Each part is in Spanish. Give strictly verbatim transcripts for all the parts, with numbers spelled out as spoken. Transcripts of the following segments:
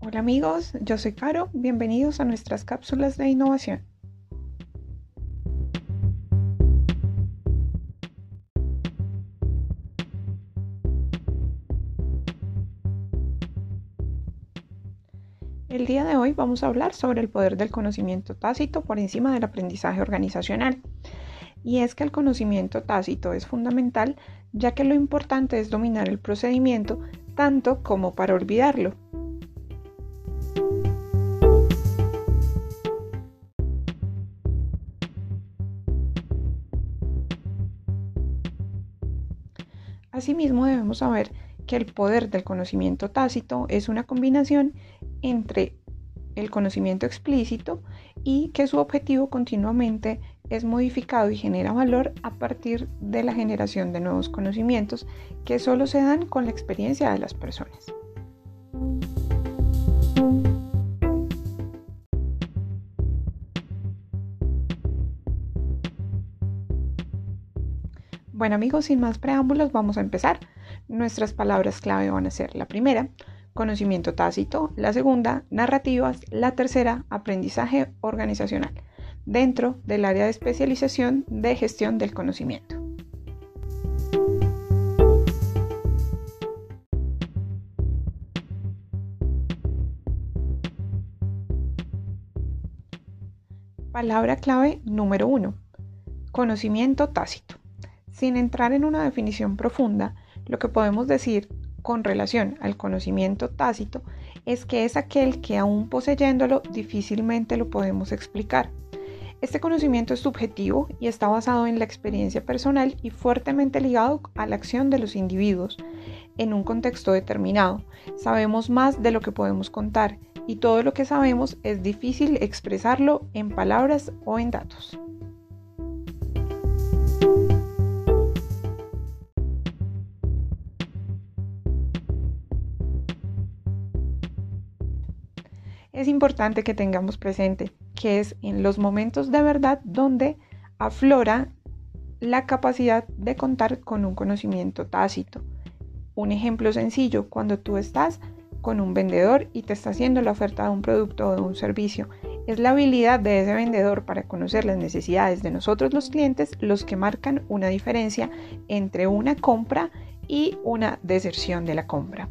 Hola amigos, yo soy Caro, bienvenidos a nuestras cápsulas de innovación. El día de hoy vamos a hablar sobre el poder del conocimiento tácito por encima del aprendizaje organizacional. Y es que el conocimiento tácito es fundamental, ya que lo importante es dominar el procedimiento tanto como para olvidarlo. Asimismo, debemos saber que el poder del conocimiento tácito es una combinación entre el conocimiento explícito y que su objetivo continuamente es modificado y genera valor a partir de la generación de nuevos conocimientos que solo se dan con la experiencia de las personas. Bueno amigos, sin más preámbulos, vamos a empezar. Nuestras palabras clave van a ser la primera, conocimiento tácito, la segunda, narrativas, la tercera, aprendizaje organizacional, dentro del área de especialización de gestión del conocimiento. Palabra clave número uno, conocimiento tácito. Sin entrar en una definición profunda, lo que podemos decir con relación al conocimiento tácito es que es aquel que aún poseyéndolo difícilmente lo podemos explicar. Este conocimiento es subjetivo y está basado en la experiencia personal y fuertemente ligado a la acción de los individuos en un contexto determinado. Sabemos más de lo que podemos contar y todo lo que sabemos es difícil expresarlo en palabras o en datos. Es importante que tengamos presente que es en los momentos de verdad donde aflora la capacidad de contar con un conocimiento tácito. Un ejemplo sencillo, cuando tú estás con un vendedor y te está haciendo la oferta de un producto o de un servicio, es la habilidad de ese vendedor para conocer las necesidades de nosotros los clientes los que marcan una diferencia entre una compra y una deserción de la compra.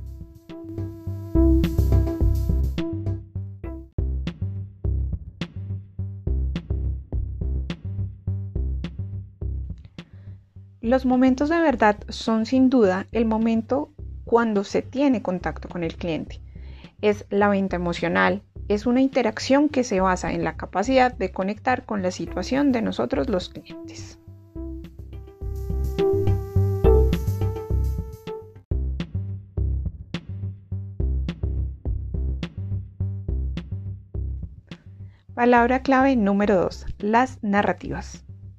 Los momentos de verdad son sin duda el momento cuando se tiene contacto con el cliente. Es la venta emocional, es una interacción que se basa en la capacidad de conectar con la situación de nosotros los clientes. Palabra clave número dos, las narrativas.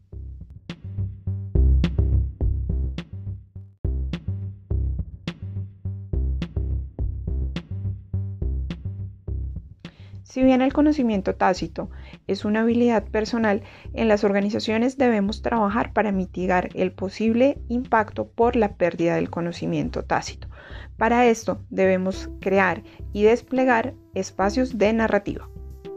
Si bien el conocimiento tácito es una habilidad personal, en las organizaciones debemos trabajar para mitigar el posible impacto por la pérdida del conocimiento tácito. Para esto debemos crear y desplegar espacios de narrativa.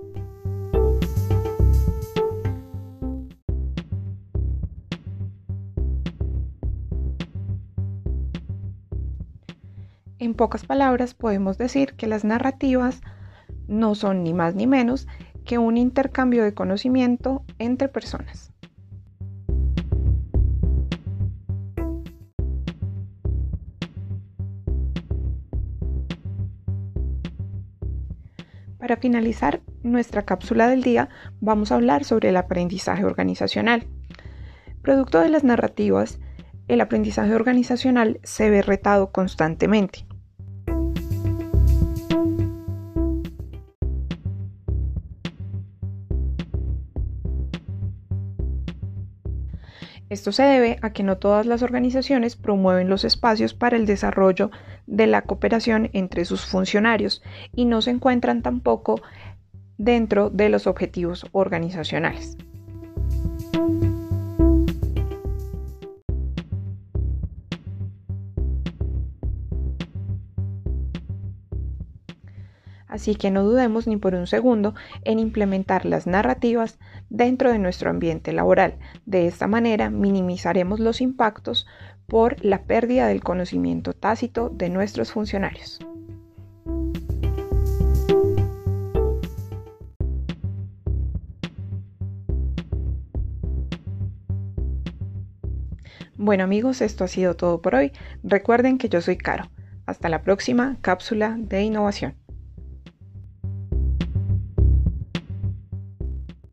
En pocas palabras, podemos decir que las narrativas no son ni más ni menos que un intercambio de conocimiento entre personas. Para finalizar nuestra cápsula del día, vamos a hablar sobre el aprendizaje organizacional. Producto de las narrativas, el aprendizaje organizacional se ve retado constantemente. Esto se debe a que no todas las organizaciones promueven los espacios para el desarrollo de la cooperación entre sus funcionarios y no se encuentran tampoco dentro de los objetivos organizacionales. Así que no dudemos ni por un segundo en implementar las narrativas dentro de nuestro ambiente laboral. De esta manera minimizaremos los impactos por la pérdida del conocimiento tácito de nuestros funcionarios. Bueno amigos, esto ha sido todo por hoy. Recuerden que yo soy Caro. Hasta la próxima cápsula de innovación.